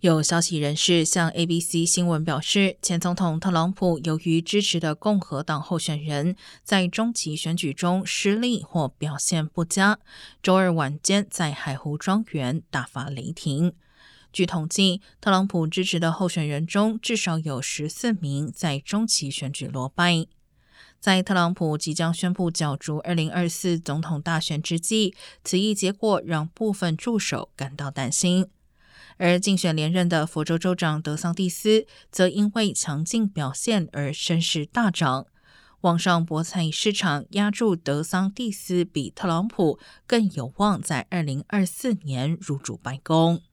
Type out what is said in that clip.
有消息人士向 ABC 新闻表示，前总统特朗普由于支持的共和党候选人在中期选举中失利或表现不佳，周二晚间在海湖庄园大发雷霆。据统计，特朗普支持的候选人中至少有14名在中期选举落败。在特朗普即将宣布角逐2024总统大选之际，此一结果让部分助手感到担心。而竞选连任的佛州州长德桑蒂斯则因为强劲表现而声势大涨，网上博彩市场押注德桑蒂斯比特朗普更有望在2024年入主白宫。